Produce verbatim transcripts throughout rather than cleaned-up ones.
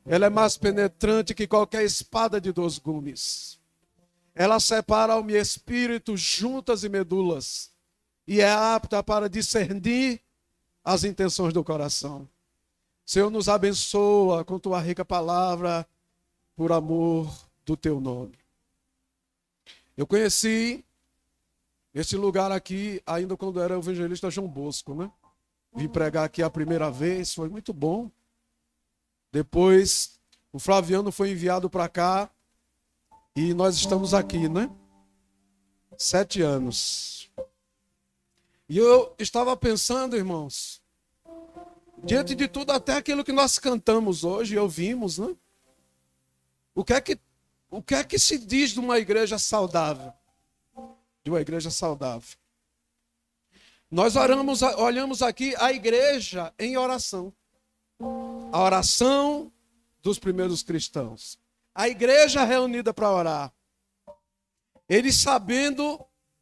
Ela é mais penetrante que qualquer espada de dois gumes. Ela separa alma e espírito, juntas e medulas, e é apta para discernir as intenções do coração. Senhor, nos abençoa com tua rica palavra, por amor do teu nome. Eu conheci esse lugar aqui ainda quando era o evangelista João Bosco, né? Vim pregar aqui a primeira vez, foi muito bom. Depois, o Flaviano foi enviado para cá e nós estamos aqui, né? Sete anos. E eu estava pensando, irmãos, diante de tudo, até aquilo que nós cantamos hoje e ouvimos, né? O que é que, o que é que se diz de uma igreja saudável? De uma igreja saudável. Nós oramos, olhamos aqui a igreja em oração. A oração dos primeiros cristãos. A igreja reunida para orar. Eles sabendo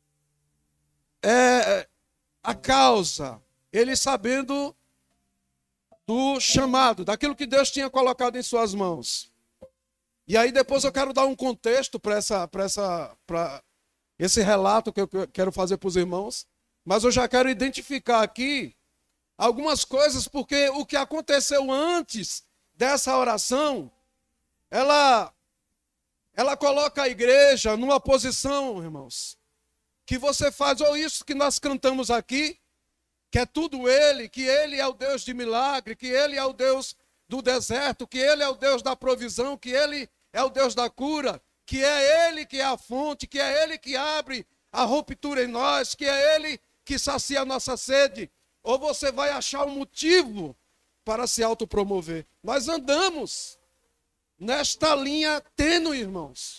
é, a causa. Eles sabendo do chamado, daquilo que Deus tinha colocado em suas mãos. E aí depois eu quero dar um contexto para essa, para essa, para esse relato que eu quero fazer para os irmãos. Mas eu já quero identificar aqui algumas coisas, porque o que aconteceu antes dessa oração, ela, ela coloca a igreja numa posição, irmãos, que você faz, ou isso que nós cantamos aqui, que é tudo Ele, que Ele é o Deus de milagre, que Ele é o Deus do deserto, que Ele é o Deus da provisão, que Ele é o Deus da cura, que é Ele que é a fonte, que é Ele que abre a ruptura em nós, que é Ele que sacia a nossa sede. Ou você vai achar um motivo para se autopromover. Nós andamos nesta linha tênue, irmãos.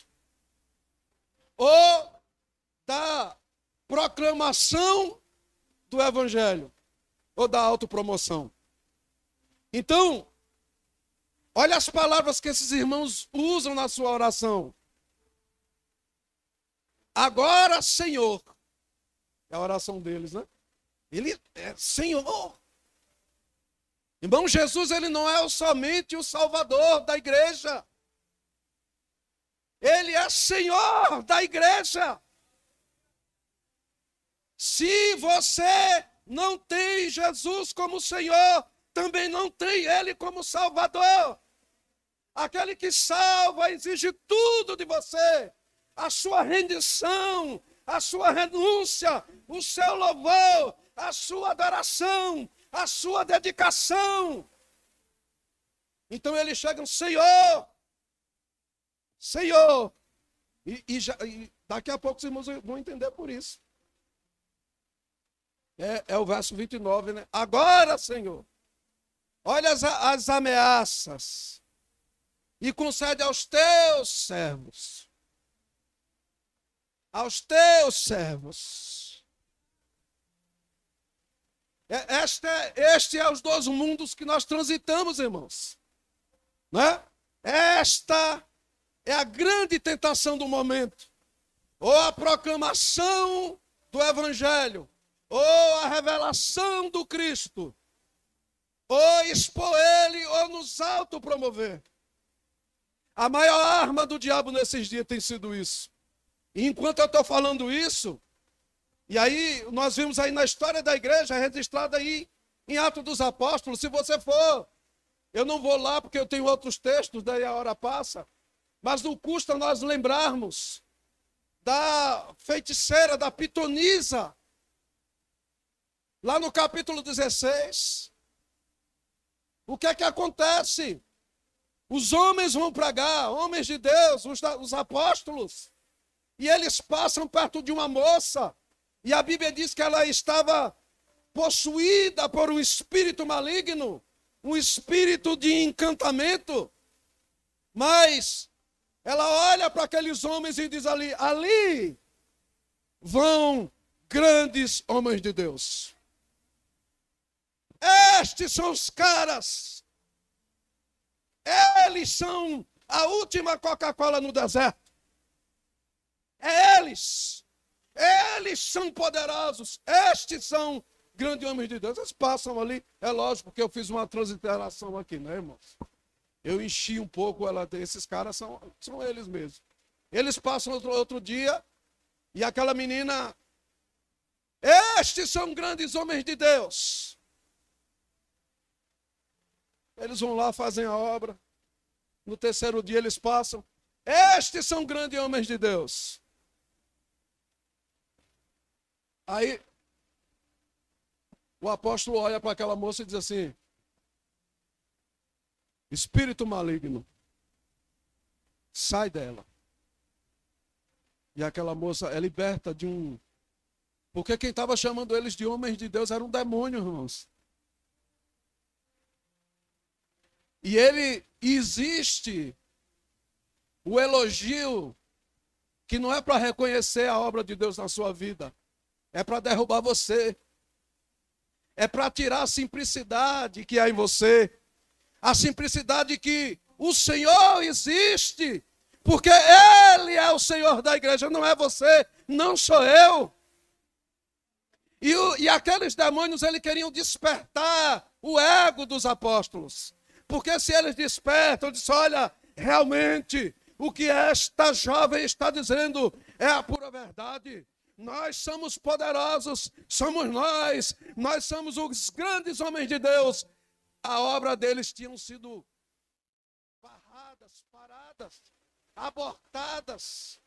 Ou da proclamação do evangelho, ou da autopromoção. Então, olha as palavras que esses irmãos usam na sua oração. Agora, Senhor, é a oração deles, né? Ele é Senhor. Irmão, Jesus, ele não é somente o Salvador da igreja. Ele é Senhor da igreja. Se você não tem Jesus como Senhor, também não tem Ele como Salvador. Aquele que salva exige tudo de você. A sua rendição, a sua renúncia, o seu louvor, a sua adoração, a sua dedicação. Então eles chegam, Senhor, Senhor. E, e, já, e daqui a pouco os irmãos vão entender por isso. É, é o verso vinte e nove, né? Agora, Senhor, olha as, as ameaças e concede aos teus servos, aos teus servos. É, este, este é os dois mundos que nós transitamos, irmãos. Né? Esta é a grande tentação do momento. Ou a proclamação do evangelho, ou a revelação do Cristo, ou expor Ele, ou nos autopromover. A maior arma do diabo nesses dias tem sido isso. E enquanto eu estou falando isso, e aí nós vimos aí na história da igreja, registrada aí em Atos dos Apóstolos, se você for, eu não vou lá porque eu tenho outros textos, daí a hora passa, mas não custa nós lembrarmos da feiticeira, da pitonisa, lá no capítulo dezesseis, o que é que acontece? Os homens vão pregar, homens de Deus, os, os apóstolos, e eles passam perto de uma moça, e a Bíblia diz que ela estava possuída por um espírito maligno, um espírito de encantamento, mas ela olha para aqueles homens e diz ali, ali vão grandes homens de Deus. Estes são os caras. Eles são a última Coca-Cola no deserto. É eles. Eles são poderosos. Estes são grandes homens de Deus. Eles passam ali. É lógico que eu fiz uma transliteração aqui, né, irmãos? Eu enchi um pouco, ela, esses caras são, são eles mesmos. Eles passam outro, outro dia, e aquela menina, estes são grandes homens de Deus. Eles vão lá, fazem a obra. No terceiro dia eles passam. Estes são grandes homens de Deus. Aí, o apóstolo olha para aquela moça e diz assim: espírito maligno, sai dela. E aquela moça é liberta de um... Porque quem estava chamando eles de homens de Deus era um demônio, irmãos. E ele existe o elogio que não é para reconhecer a obra de Deus na sua vida, é para derrubar você, é para tirar a simplicidade que há em você, a simplicidade que o Senhor existe, porque Ele é o Senhor da igreja, não é você, não sou eu. E, o, e aqueles demônios, eles queriam despertar o ego dos apóstolos. Porque se eles despertam, dizem, olha, realmente, o que esta jovem está dizendo é a pura verdade. Nós somos poderosos, somos nós, nós somos os grandes homens de Deus. A obra deles tinham sido barradas, paradas, abortadas,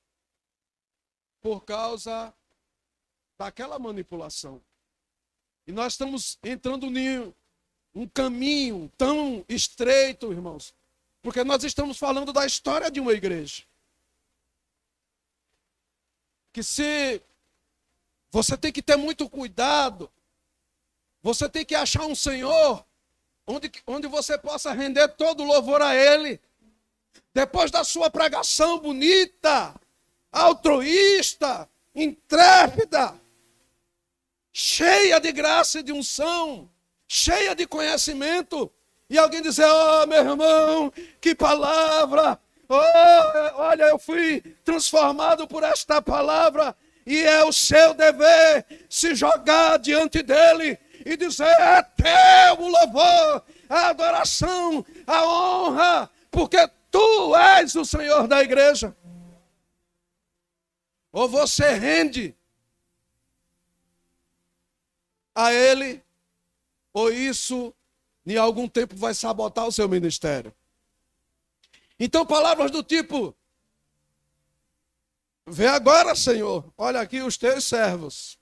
por causa daquela manipulação. E nós estamos entrando em um caminho tão estreito, irmãos, porque nós estamos falando da história de uma igreja. Que se você tem que ter muito cuidado, você tem que achar um Senhor onde, onde você possa render todo o louvor a Ele. Depois da sua pregação bonita, altruísta, intrépida, cheia de graça e de unção, cheia de conhecimento, e alguém dizer, oh meu irmão, que palavra, oh, olha, eu fui transformado por esta palavra, e é o seu dever se jogar diante dele e dizer, é teu o louvor, a adoração, a honra, porque tu és o Senhor da igreja. Ou você rende a Ele, ou isso, em algum tempo, vai sabotar o seu ministério. Então, palavras do tipo, vê agora, Senhor, olha aqui os teus servos.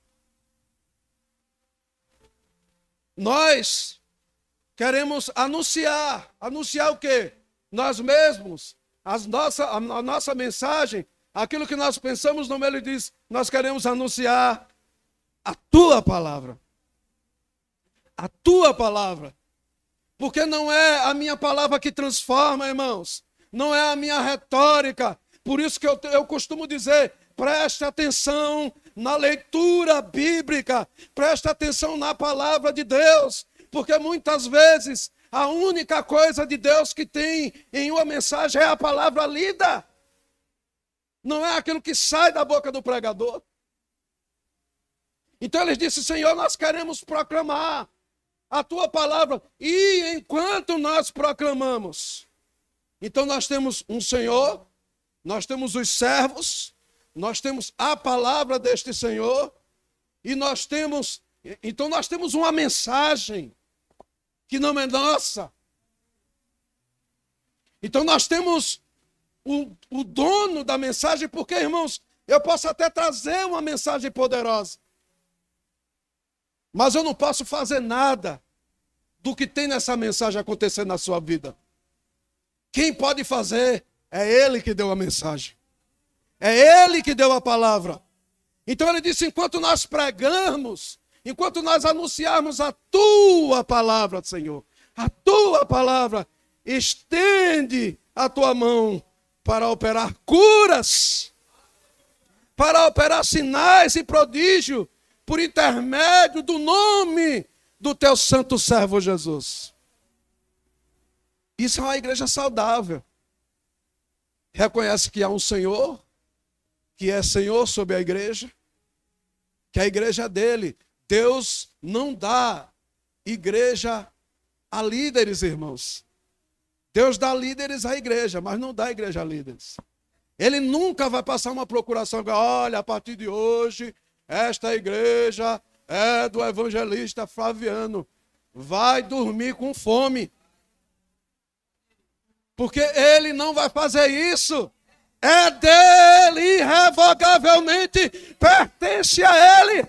Nós queremos anunciar, anunciar o quê? Nós mesmos, as nossa, a nossa mensagem, aquilo que nós pensamos no meio, ele diz, nós queremos anunciar a tua palavra. A tua palavra. Porque não é a minha palavra que transforma, irmãos. Não é a minha retórica. Por isso que eu, eu costumo dizer, preste atenção na leitura bíblica. Preste atenção na palavra de Deus. Porque muitas vezes a única coisa de Deus que tem em uma mensagem é a palavra lida. Não é aquilo que sai da boca do pregador. Então eles disseram, Senhor, nós queremos proclamar a tua palavra. E enquanto nós proclamamos, então nós temos um Senhor, nós temos os servos, nós temos a palavra deste Senhor, e nós temos, então nós temos uma mensagem que não é nossa. Então nós temos o, o dono da mensagem, porque, irmãos, eu posso até trazer uma mensagem poderosa, mas eu não posso fazer nada do que tem nessa mensagem acontecer na sua vida. Quem pode fazer é Ele que deu a mensagem. É Ele que deu a palavra. Então ele disse, enquanto nós pregamos, enquanto nós anunciarmos a tua palavra, Senhor, a tua palavra, estende a tua mão para operar curas, para operar sinais e prodígios, por intermédio do nome do teu santo servo Jesus. Isso é uma igreja saudável. Reconhece que há um Senhor, que é Senhor sobre a igreja, que a igreja é dele. Deus não dá igreja a líderes, irmãos. Deus dá líderes à igreja, mas não dá a igreja a líderes. Ele nunca vai passar uma procuração. Olha, a partir de hoje, esta igreja é do evangelista Flaviano. Vai dormir com fome. Porque ele não vai fazer isso. É dele, irrevogavelmente pertence a ele.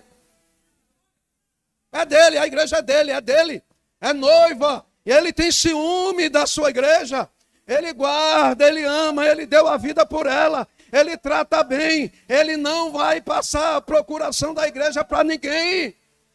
É dele, a igreja é dele, é dele. É noiva. Ele tem ciúme da sua igreja. Ele guarda, ele ama, ele deu a vida por ela. Ele trata bem. Ele não vai passar a procuração da igreja para ninguém.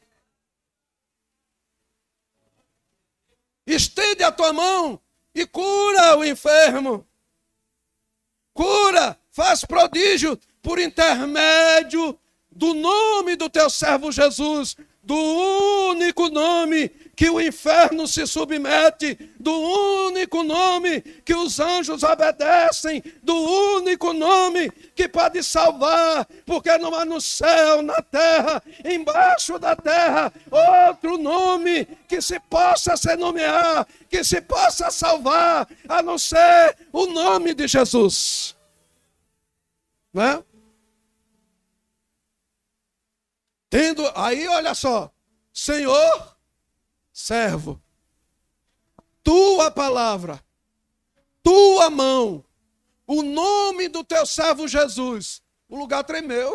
Estende a tua mão e cura o enfermo. Cura, faz prodígio por intermédio do nome do teu servo Jesus, do único nome que o inferno se submete, do único nome que os anjos obedecem, do único nome que pode salvar, porque não há no céu, na terra, embaixo da terra, outro nome que se possa se nomear, que se possa salvar, a não ser o nome de Jesus. Não é? Tendo, aí olha só, Senhor, servo, tua palavra, tua mão, o nome do teu servo Jesus, o lugar tremeu.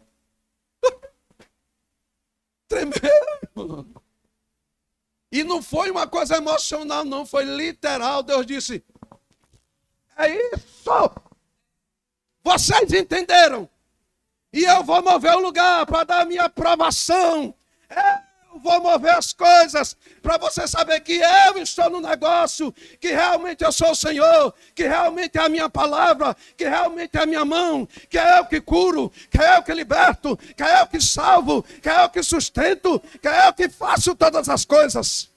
Tremeu. E não foi uma coisa emocional, não, foi literal. Deus disse, é isso. Vocês entenderam? E eu vou mover o lugar para dar a minha aprovação. Eu vou mover as coisas para você saber que eu estou no negócio, que realmente eu sou o Senhor, que realmente é a minha palavra, que realmente é a minha mão, que é eu que curo, que é eu que liberto, que é eu que salvo, que é eu que sustento, que é eu que faço todas as coisas.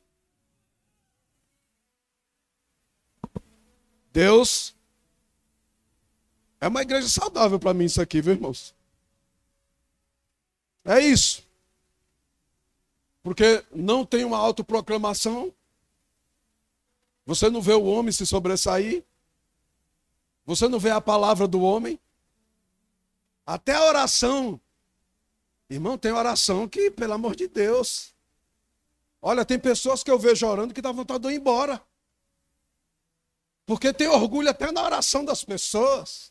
Deus é uma igreja saudável para mim isso aqui, viu, irmãos? É isso. Porque não tem uma autoproclamação. Você não vê o homem se sobressair. Você não vê a palavra do homem. Até a oração. Irmão, tem oração que, pelo amor de Deus. Olha, tem pessoas que eu vejo orando que dá vontade de ir embora. Porque tem orgulho até na oração das pessoas.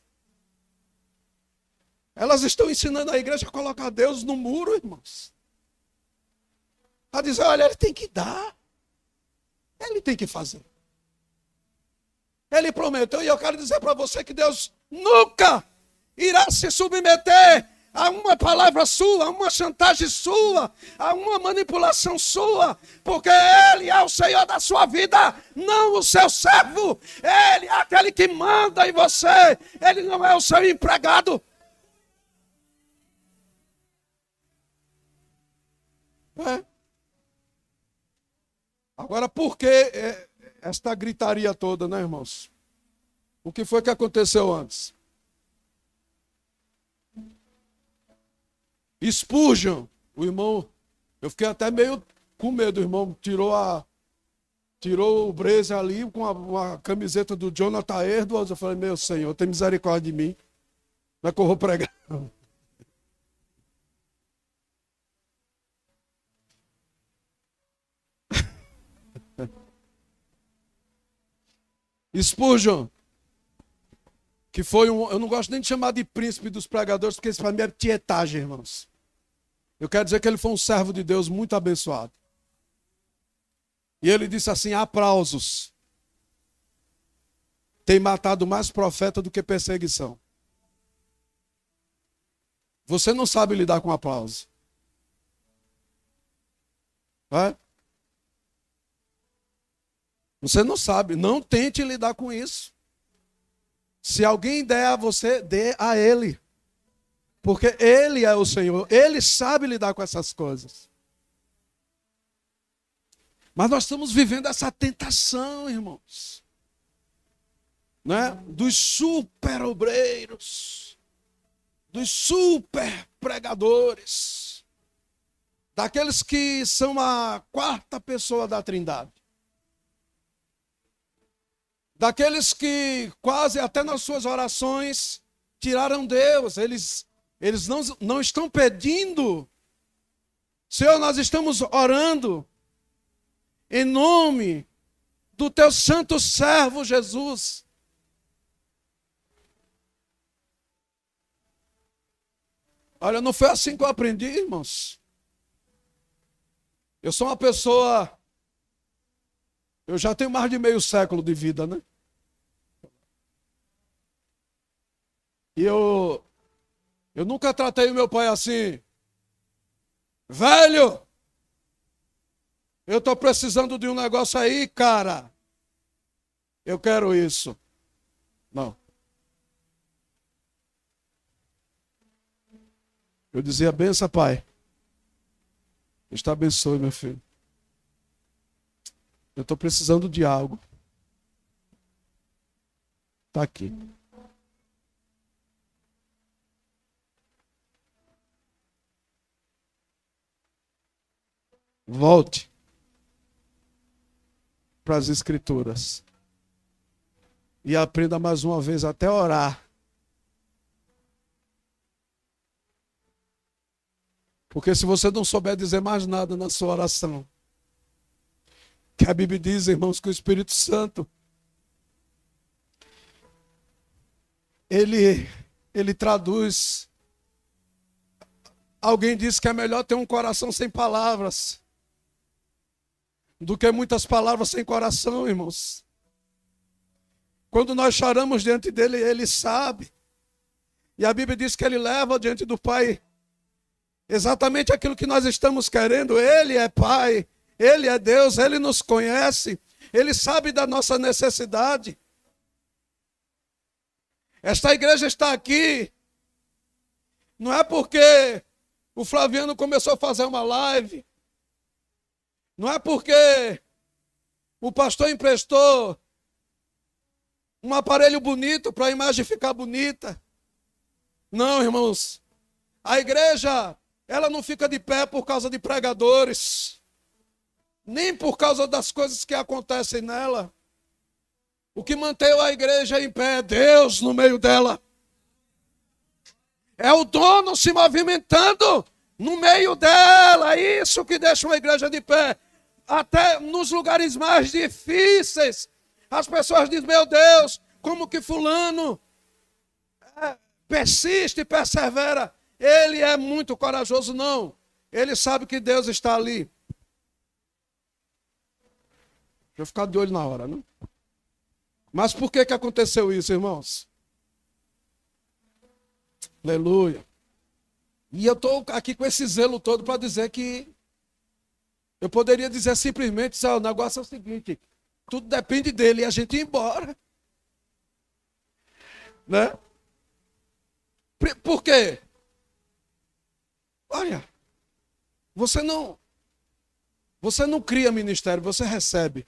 Elas estão ensinando a igreja a colocar Deus no muro, irmãos. A dizer, olha, ele tem que dar. Ele tem que fazer. Ele prometeu, e eu quero dizer para você que Deus nunca irá se submeter a uma palavra sua, a uma chantagem sua, a uma manipulação sua, porque Ele é o Senhor da sua vida, não o seu servo. Ele é aquele que manda em você, Ele não é o seu empregado. É. Agora, por que esta gritaria toda, né, irmãos? O que foi que aconteceu antes? Spurgeon, o irmão, eu fiquei até meio com medo, o irmão tirou a tirou o blazer ali com a, uma camiseta do Jonathan Edwards. Eu falei, meu Senhor, tem misericórdia de mim. Não é que eu vou pregar. Spurgeon, que foi um, eu não gosto nem de chamar de príncipe dos pregadores, porque isso para mim é tietagem, irmãos. Eu quero dizer que ele foi um servo de Deus muito abençoado. E ele disse assim, aplausos tem matado mais profeta do que perseguição. Você não sabe lidar com aplauso. É? Você não sabe, não tente lidar com isso. Se alguém der a você, dê a ele. Porque ele é o Senhor, ele sabe lidar com essas coisas. Mas nós estamos vivendo essa tentação, irmãos. Né? Dos super obreiros, dos super pregadores, daqueles que são a quarta pessoa da Trindade. daqueles que quase até nas suas orações tiraram Deus. Eles, eles não, não estão pedindo. Senhor, nós estamos orando em nome do teu santo servo Jesus. Olha, não foi assim que eu aprendi, irmãos. Eu sou uma pessoa... Eu já tenho mais de meio século de vida, né? E eu... Eu nunca tratei o meu pai assim. Velho! Eu estou precisando de um negócio aí, cara. Eu quero isso. Não. Eu dizia, benção, pai. Deus te abençoe, meu filho. Eu estou precisando de algo. Está aqui. Volte para as Escrituras. E aprenda mais uma vez até orar. Porque se você não souber dizer mais nada na sua oração, que a Bíblia diz, irmãos, que o Espírito Santo, ele, ele traduz. Alguém disse que é melhor ter um coração sem palavras do que muitas palavras sem coração, irmãos. Quando nós choramos diante dele, ele sabe. E a Bíblia diz que ele leva diante do Pai exatamente aquilo que nós estamos querendo. Ele é Pai, Ele é Deus, Ele nos conhece, Ele sabe da nossa necessidade. Esta igreja está aqui, não é porque o Flaviano começou a fazer uma live, não é porque o pastor emprestou um aparelho bonito para a imagem ficar bonita. Não, irmãos, a igreja, ela não fica de pé por causa de pregadores, nem por causa das coisas que acontecem nela. O que mantém a igreja em pé é Deus no meio dela. É o dono se movimentando no meio dela. É isso que deixa uma igreja de pé. Até nos lugares mais difíceis, as pessoas dizem, meu Deus, como que fulano é, persiste e persevera. Ele é muito corajoso, não. Ele sabe que Deus está ali. Deixa eu ficar de olho na hora, não? Mas por que que aconteceu isso, irmãos? Aleluia. E eu estou aqui com esse zelo todo para dizer que eu poderia dizer simplesmente, o negócio é o seguinte, tudo depende dele e a gente ir embora. Né? Por quê? Olha, você não, você não cria ministério, você recebe.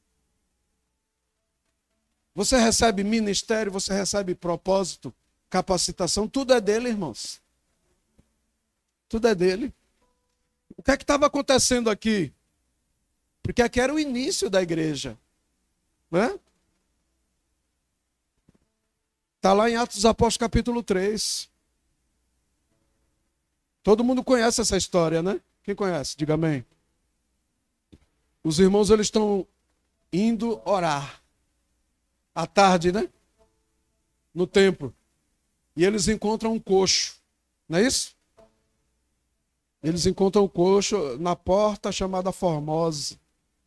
Você recebe ministério, você recebe propósito, capacitação, tudo é dele, irmãos. Tudo é dele. O que é que estava acontecendo aqui? Porque aqui era o início da igreja. Né? Está lá em Atos dos Apóstolos capítulo três. Todo mundo conhece essa história, né? Quem conhece? Diga amém. Os irmãos, eles estão indo orar. À tarde, né? No templo. E eles encontram um coxo. Não é isso? Eles encontram um coxo na porta chamada Formosa.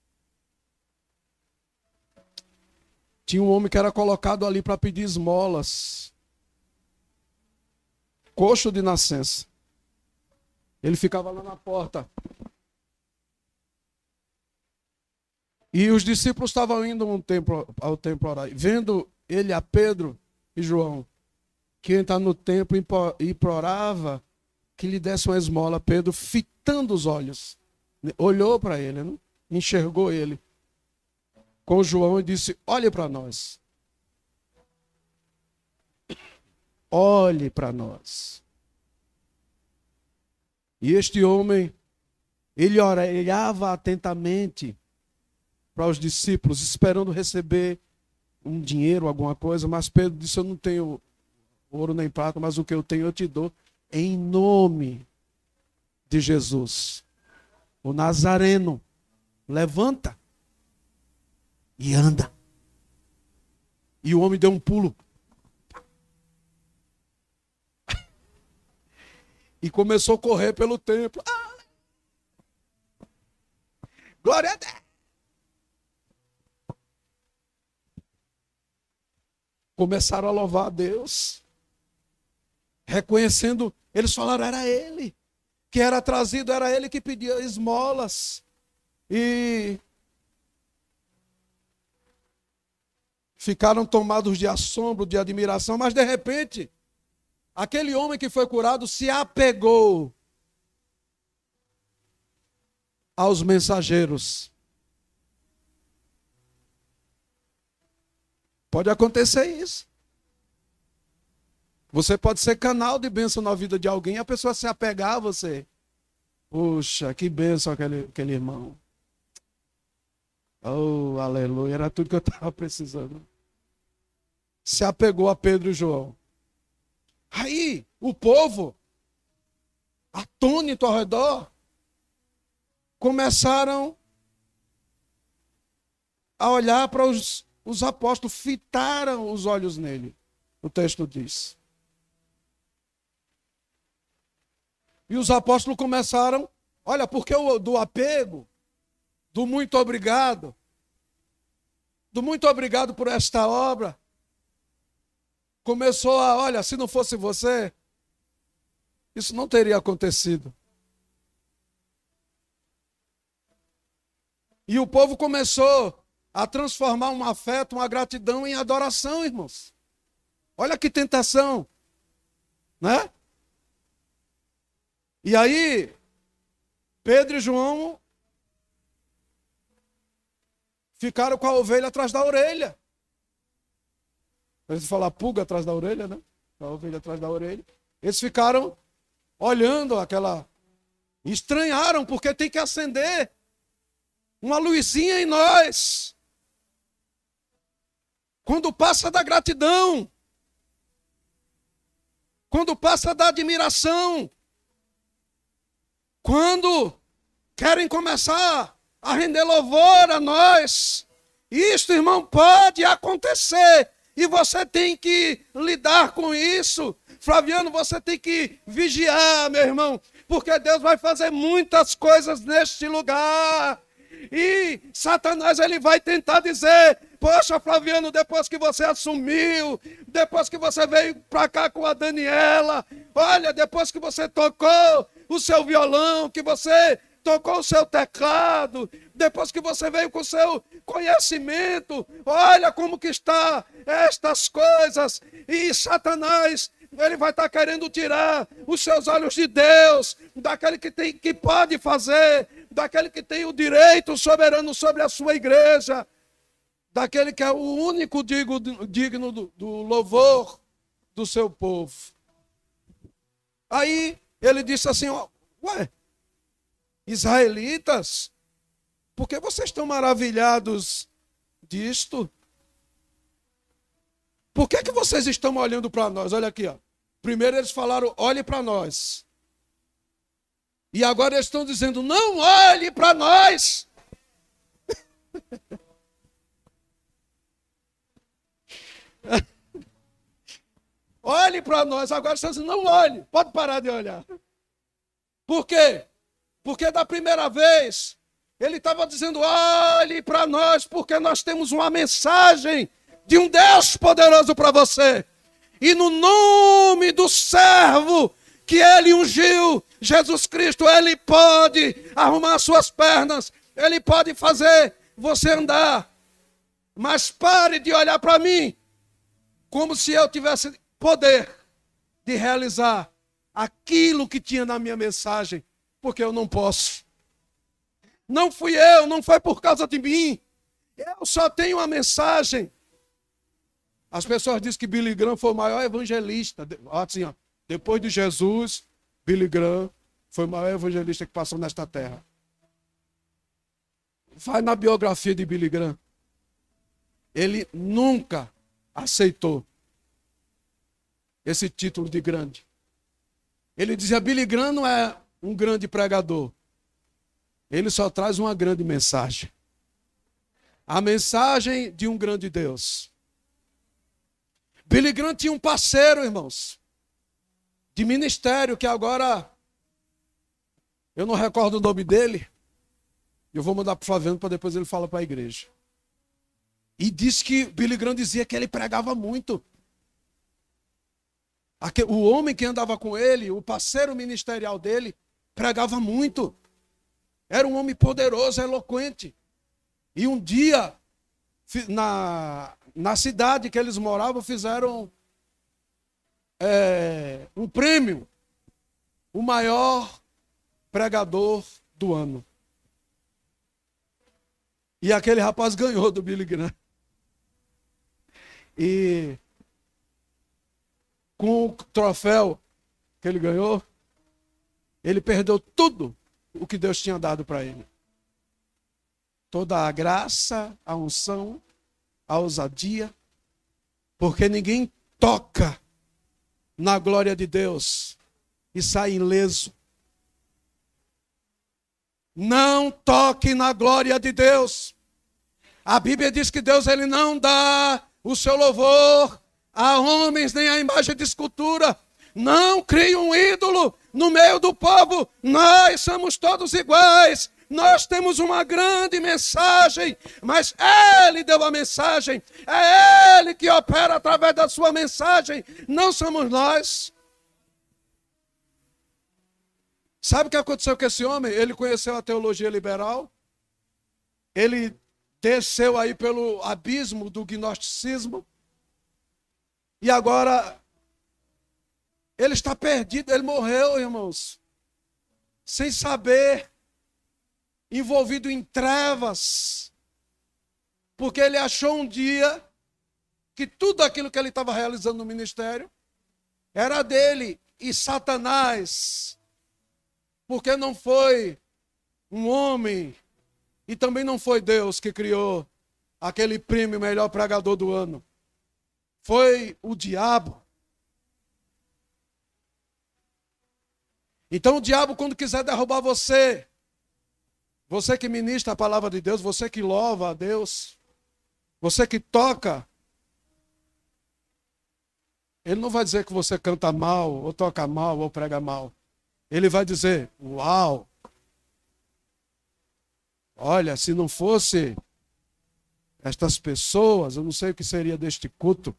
Tinha um homem que era colocado ali para pedir esmolas. Coxo de nascença. Ele ficava lá na porta. E os discípulos estavam indo ao templo, ao templo orar, vendo ele a Pedro e João, que entra no templo e implorava que lhe desse uma esmola. Pedro, fitando os olhos, olhou para ele, né? Enxergou ele com João e disse, olhe para nós. Olhe para nós. E este homem, ele olhava atentamente para os discípulos, esperando receber um dinheiro, alguma coisa, mas Pedro disse, eu não tenho ouro nem prata, mas o que eu tenho eu te dou em nome de Jesus. O Nazareno, levanta e anda. E o homem deu um pulo. E começou a correr pelo templo. Ah! Glória a Deus! Começaram a louvar a Deus. Reconhecendo, eles falaram, era ele. Que era trazido, era ele que pedia esmolas. E ficaram tomados de assombro, de admiração, mas de repente, aquele homem que foi curado se apegou aos mensageiros. Pode acontecer isso. Você pode ser canal de bênção na vida de alguém e a pessoa se apegar a você. Puxa, que bênção aquele, aquele irmão. Oh, aleluia, era tudo que eu estava precisando. Se apegou a Pedro e João. Aí, o povo, atônito ao redor, começaram a olhar para os, os apóstolos, fitaram os olhos nele. O texto diz. E os apóstolos começaram, olha, porque o, do apego, do muito obrigado, do muito obrigado por esta obra, começou a, olha, se não fosse você, isso não teria acontecido. E o povo começou a transformar um afeto, uma gratidão em adoração, irmãos. Olha que tentação, né? E aí, Pedro e João ficaram com a ovelha atrás da orelha. Eles falam pulga atrás da orelha, né? A ovelha atrás da orelha. Eles ficaram olhando aquela... Estranharam, porque tem que acender uma luzinha em nós. Quando passa da gratidão. Quando passa da admiração. Quando querem começar a render louvor a nós. Isto, irmão, pode acontecer. E você tem que lidar com isso. Flaviano, você tem que vigiar, meu irmão. Porque Deus vai fazer muitas coisas neste lugar. E Satanás, ele vai tentar dizer, poxa, Flaviano, depois que você assumiu, depois que você veio para cá com a Daniela, olha, depois que você tocou o seu violão, que você tocou o seu teclado, depois que você veio com o seu conhecimento, olha como que está estas coisas, e Satanás, ele vai estar querendo tirar os seus olhos de Deus, daquele que, tem, que pode fazer, daquele que tem o direito soberano sobre a sua igreja, daquele que é o único digno, digno do, do louvor do seu povo. Aí ele disse assim, ó, ué, israelitas, por que vocês estão maravilhados disto? Por que que vocês estão olhando para nós? Olha aqui, ó. Primeiro eles falaram, olhe para nós. E agora eles estão dizendo, não olhe para nós. Olhe para nós. Agora estão dizendo, não olhe. Pode parar de olhar. Por quê? Porque da primeira vez, ele estava dizendo, olhe para nós, porque nós temos uma mensagem de um Deus poderoso para você. E no nome do servo que ele ungiu, Jesus Cristo, ele pode arrumar suas pernas, ele pode fazer você andar. Mas pare de olhar para mim como se eu tivesse poder de realizar aquilo que tinha na minha mensagem, porque eu não posso. Não fui eu, não foi por causa de mim. Eu só tenho uma mensagem. As pessoas dizem que Billy Graham foi o maior evangelista. Assim, ó, depois de Jesus, Billy Graham foi o maior evangelista que passou nesta terra. Vai na biografia de Billy Graham. ele nunca aceitou esse título de grande. Ele dizia, Billy Graham não é um grande pregador. Ele só traz uma grande mensagem. A mensagem de um grande Deus. Billy Graham tinha um parceiro, irmãos, de ministério, que agora eu não recordo o nome dele. Eu vou mandar para o Flaviano para depois ele falar para a igreja. E disse que Billy Graham dizia que ele pregava muito. O homem que andava com ele, o parceiro ministerial dele, pregava muito. Era um homem poderoso, eloquente. E um dia, na, na cidade que eles moravam, fizeram é, um prêmio. O maior pregador do ano. E aquele rapaz ganhou do Billy Graham. E com o troféu que ele ganhou, ele perdeu tudo o que Deus tinha dado para ele. Toda a graça, a unção, a ousadia, porque ninguém toca na glória de Deus e sai ileso. Não toque na glória de Deus. A Bíblia diz que Deus ele não dá o seu louvor a homens nem a imagem de escultura. Não crie um ídolo no meio do povo. Nós somos todos iguais. Nós temos uma grande mensagem, mas Ele deu a mensagem. É Ele que opera através da sua mensagem. Não somos nós. Sabe o que aconteceu com esse homem? Ele conheceu a teologia liberal. Ele desceu aí pelo abismo do gnosticismo. E agora, ele está perdido. Ele morreu, irmãos, sem saber, envolvido em trevas. Porque ele achou um dia que tudo aquilo que ele estava realizando no ministério era dele. E Satanás, porque não foi um homem e também não foi Deus que criou aquele prêmio melhor pregador do ano. Foi o diabo. Então o diabo, quando quiser derrubar você, você que ministra a palavra de Deus, você que louva a Deus, você que toca, ele não vai dizer que você canta mal, ou toca mal, ou prega mal. Ele vai dizer, uau, olha, se não fosse estas pessoas, eu não sei o que seria deste culto.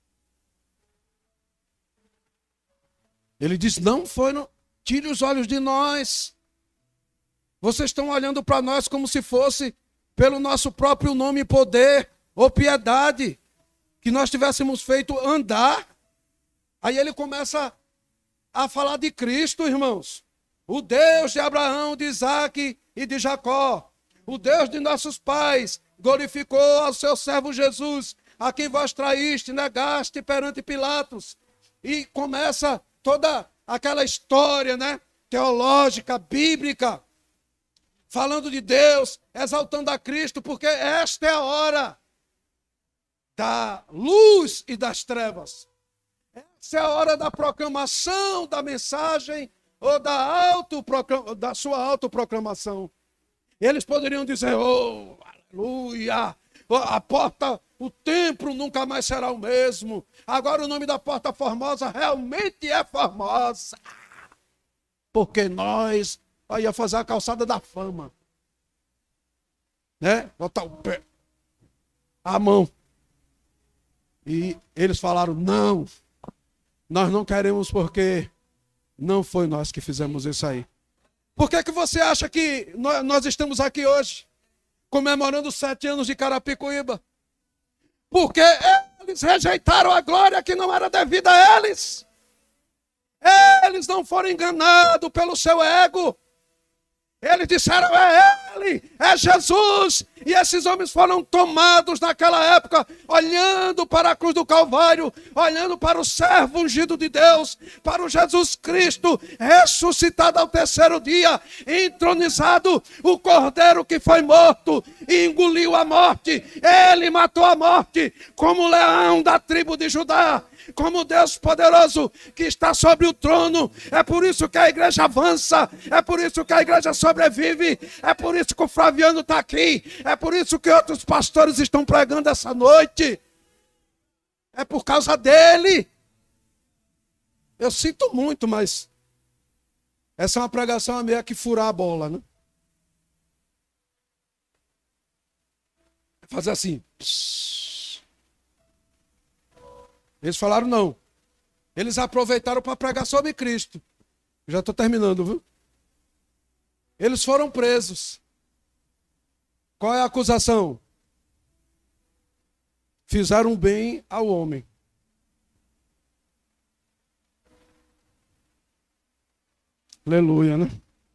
Ele diz, não foi, não, tire os olhos de nós. Vocês estão olhando para nós como se fosse pelo nosso próprio nome e poder, ou piedade, que nós tivéssemos feito andar. Aí ele começa a falar de Cristo, irmãos. O Deus de Abraão, de Isaque e de Jacó. O Deus de nossos pais glorificou ao seu servo Jesus, a quem vós traíste, negaste perante Pilatos. E começa toda aquela história, né, teológica, bíblica, falando de Deus, exaltando a Cristo, porque esta é a hora da luz e das trevas. Essa é a hora da proclamação da mensagem ou da, autoproclama, da sua autoproclamação. Eles poderiam dizer, oh, aleluia, a porta, o templo nunca mais será o mesmo. Agora o nome da porta formosa realmente é formosa. Porque nós ia fazer a calçada da fama. Né? Botar o pé, a mão. E eles falaram, não, nós não queremos porque não foi nós que fizemos isso aí. Por que que você acha que nós estamos aqui hoje, comemorando os sete anos de Carapicuíba? Porque eles rejeitaram a glória que não era devida a eles. Eles não foram enganados pelo seu ego. Eles disseram, é ele, é Jesus. E esses homens foram tomados naquela época, olhando para a cruz do Calvário, olhando para o servo ungido de Deus, para o Jesus Cristo, ressuscitado ao terceiro dia, entronizado, o cordeiro que foi morto e engoliu a morte. Ele matou a morte como leão da tribo de Judá, como Deus poderoso que está sobre o trono. É por isso que a igreja avança, é por isso que a igreja sobrevive, é por isso que o Flaviano está aqui, é por isso que outros pastores estão pregando essa noite. É por causa dele. Eu sinto muito, mas essa é uma pregação meio que furar a bola, né? Fazer assim. Eles falaram não. Eles aproveitaram para pregar sobre Cristo. Já estou terminando, viu? Eles foram presos. Qual é a acusação? Fizeram bem ao homem. Aleluia, né?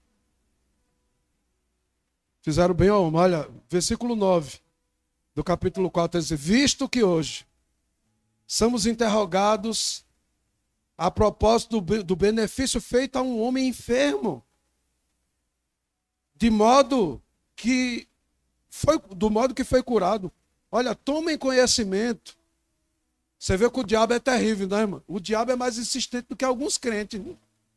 Fizeram bem ao homem. Olha, versículo nove do capítulo quatro, diz: visto que hoje somos interrogados a propósito do, do benefício feito a um homem enfermo, de modo que foi, do modo que foi curado. Olha, tomem conhecimento. Você vê que o diabo é terrível, né, irmão? O diabo é mais insistente do que alguns crentes, né?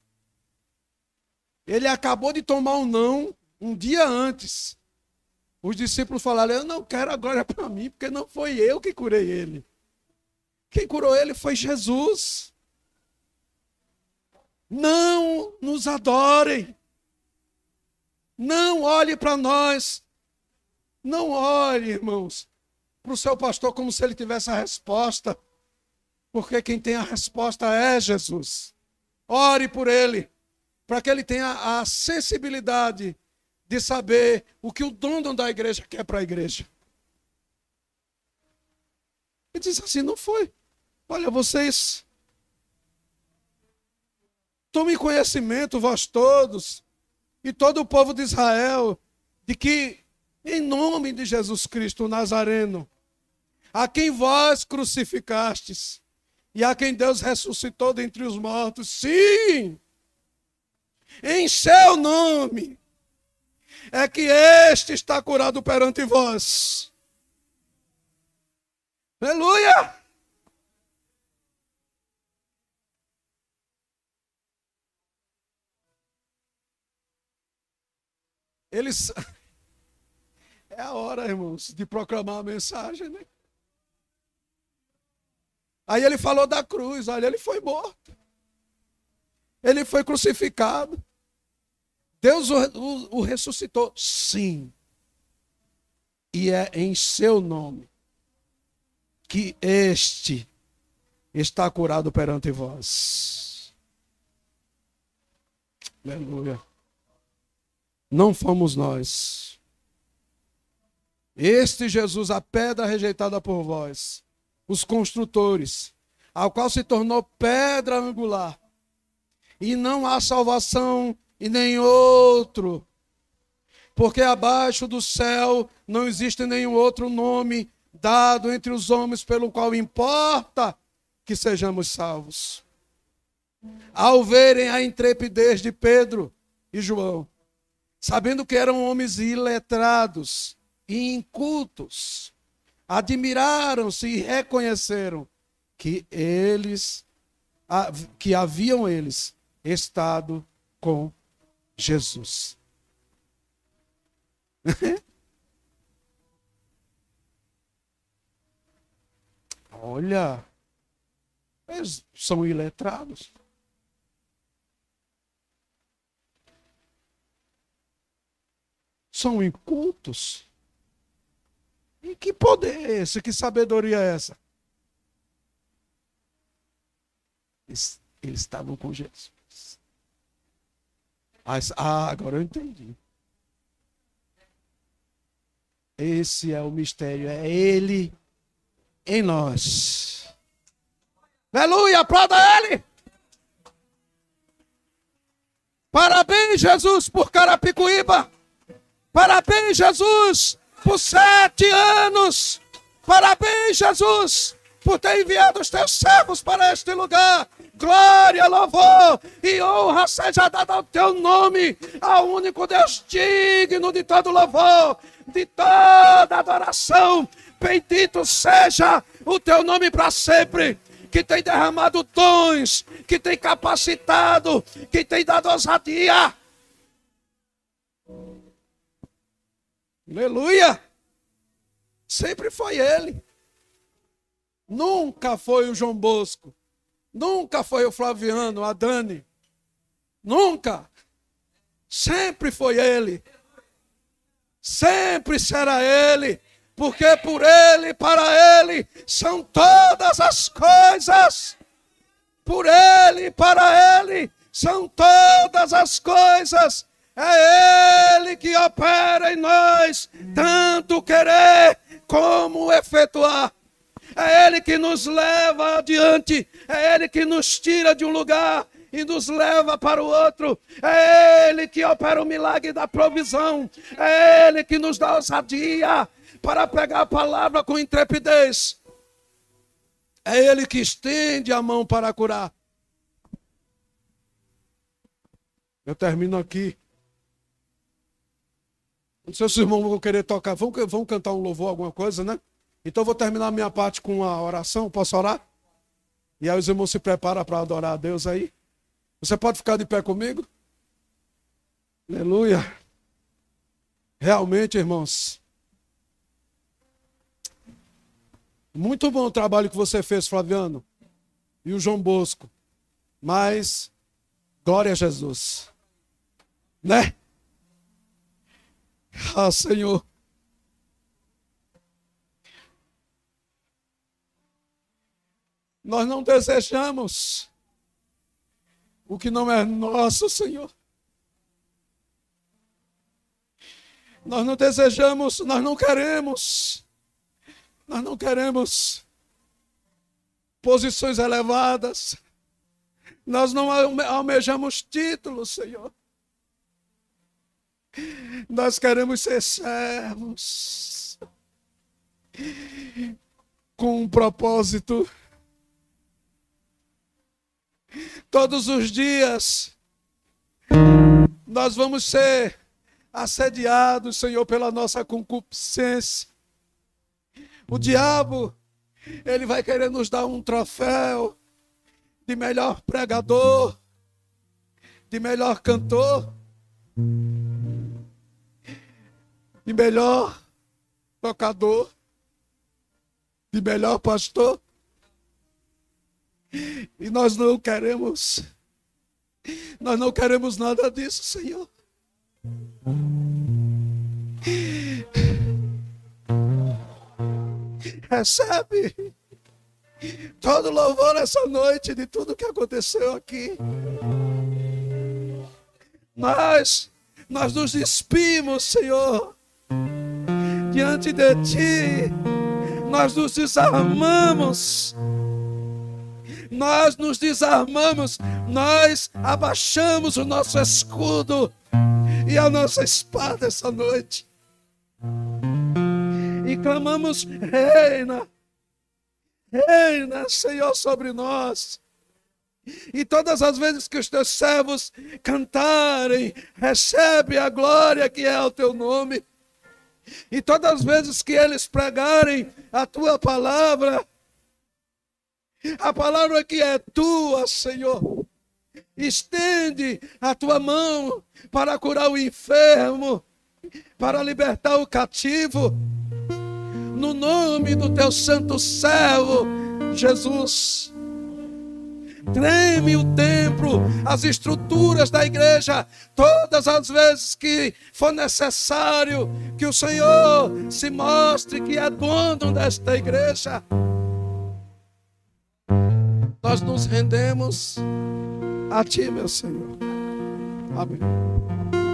Ele acabou de tomar um não um dia antes. Os discípulos falaram, eu não quero a glória para mim, porque não foi eu que curei ele. Quem curou ele foi Jesus. Não nos adorem. Não olhe para nós. Não olhe, irmãos, para o seu pastor como se ele tivesse a resposta. Porque quem tem a resposta é Jesus. Ore por ele, para que ele tenha a sensibilidade de saber o que o dono da igreja quer para a igreja. Ele disse assim, não foi. Olha, vocês tomem conhecimento, vós todos, e todo o povo de Israel, de que, em nome de Jesus Cristo o Nazareno, a quem vós crucificastes, e a quem Deus ressuscitou dentre os mortos, sim, em seu nome, é que este está curado perante vós. Aleluia! Eles... É a hora, irmãos, de proclamar a mensagem, né? Aí ele falou da cruz, olha, ele foi morto. Ele foi crucificado. Deus o, o, o ressuscitou, sim. E é em seu nome que este está curado perante vós. Aleluia. Não fomos nós. Este Jesus, a pedra rejeitada por vós, os construtores, ao qual se tornou pedra angular. E não há salvação em nem outro, porque abaixo do céu não existe nenhum outro nome dado entre os homens pelo qual importa que sejamos salvos. Ao verem a intrepidez de Pedro e João, sabendo que eram homens iletrados e incultos, admiraram-se e reconheceram que eles, que haviam eles estado com Jesus. Olha, eles são iletrados. São incultos. E que poder é esse? Que sabedoria é essa? Eles, eles estavam com Jesus. Ah, agora eu entendi. Esse é o mistério, é Ele em nós. Aleluia, aplauda Ele. Parabéns, Jesus, por Carapicuíba. Parabéns, Jesus, por sete anos. Parabéns, Jesus, por ter enviado os teus servos para este lugar. Glória, louvor e honra seja dada ao teu nome, ao único Deus digno de todo louvor, de toda adoração. Bendito seja o teu nome para sempre, que tem derramado dons, que tem capacitado, que tem dado ousadia. Aleluia! Sempre foi ele. Nunca foi o João Bosco. Nunca foi o Flaviano, a Dani. Nunca. Sempre foi ele. Sempre será ele. Porque por ele e para ele são todas as coisas. Por ele e para ele são todas as coisas. É ele que opera em nós, tanto querer como efetuar. É ele que nos leva adiante. É ele que nos tira de um lugar e nos leva para o outro. É ele que opera o milagre da provisão. É ele que nos dá ousadia para pegar a palavra com intrepidez. É ele que estende a mão para curar. Eu termino aqui. Não sei se os irmãos vão querer tocar. Vão, vão cantar um louvor, alguma coisa, né? Então eu vou terminar a minha parte com a oração. Posso orar? E aí os irmãos se preparam para adorar a Deus aí. Você pode ficar de pé comigo? Aleluia. Realmente, irmãos, muito bom o trabalho que você fez, Flaviano. E o João Bosco. Mas, glória a Jesus. Né? Ah, Senhor. Nós não desejamos o que não é nosso, Senhor. Nós não desejamos, nós não queremos, nós não queremos posições elevadas. Nós não almejamos títulos, Senhor. Nós queremos ser servos com um propósito. Todos os dias nós vamos ser assediados, Senhor, pela nossa concupiscência. O diabo, ele vai querer nos dar um troféu de melhor pregador, de melhor cantor, de melhor tocador, de melhor pastor. E nós não queremos, nós não queremos nada disso, Senhor. Recebe todo louvor essa noite de tudo que aconteceu aqui. Nós, nós nos despimos, Senhor, diante de Ti. Nós nos desarmamos. Nós nos desarmamos, nós abaixamos o nosso escudo e a nossa espada essa noite. E clamamos, reina, reina, Senhor, sobre nós. E todas as vezes que os teus servos cantarem, recebe a glória que é o teu nome. E todas as vezes que eles pregarem a tua palavra, a palavra que é tua, Senhor, estende a tua mão para curar o enfermo, para libertar o cativo, no nome do teu santo servo, Jesus. Treme o templo, as estruturas da igreja, todas as vezes que for necessário que o Senhor se mostre que é dono desta igreja. Nós nos rendemos a Ti, meu Senhor. Amém.